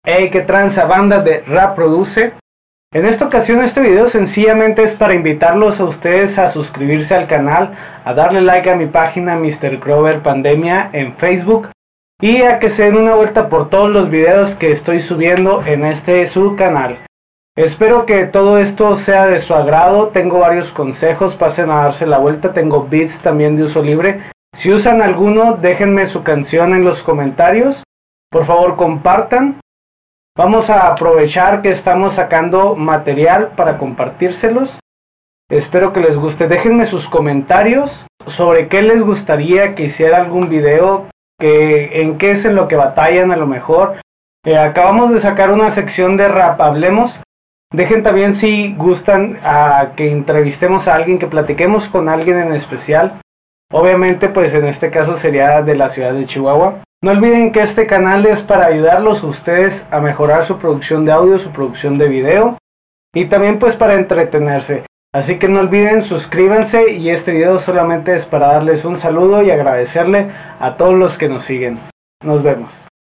Hey, qué tranza banda de Rap Produce. En esta ocasión este video sencillamente es para invitarlos a ustedes a suscribirse al canal, a darle like a mi página Mr. Grover Pandemia en Facebook y a que se den una vuelta por todos los videos que estoy subiendo en este su canal. Espero que todo esto sea de su agrado. Tengo varios consejos, pasen a darse la vuelta. Tengo beats también de uso libre. Si usan alguno, déjenme su canción en los comentarios. Por favor, compartan. Vamos a aprovechar que estamos sacando material para compartírselos. Espero que les guste. Déjenme sus comentarios sobre qué les gustaría que hiciera algún video, en qué es en lo que batallan a lo mejor. Acabamos de sacar una sección de rap, hablemos. Dejen también si gustan que entrevistemos a alguien, que platiquemos con alguien en especial. Obviamente pues en este caso sería de la ciudad de Chihuahua. No olviden que este canal es para ayudarlos a ustedes a mejorar su producción de audio, su producción de video y también pues para entretenerse. Así que no olviden, suscríbanse, y este video solamente es para darles un saludo y agradecerle a todos los que nos siguen. Nos vemos.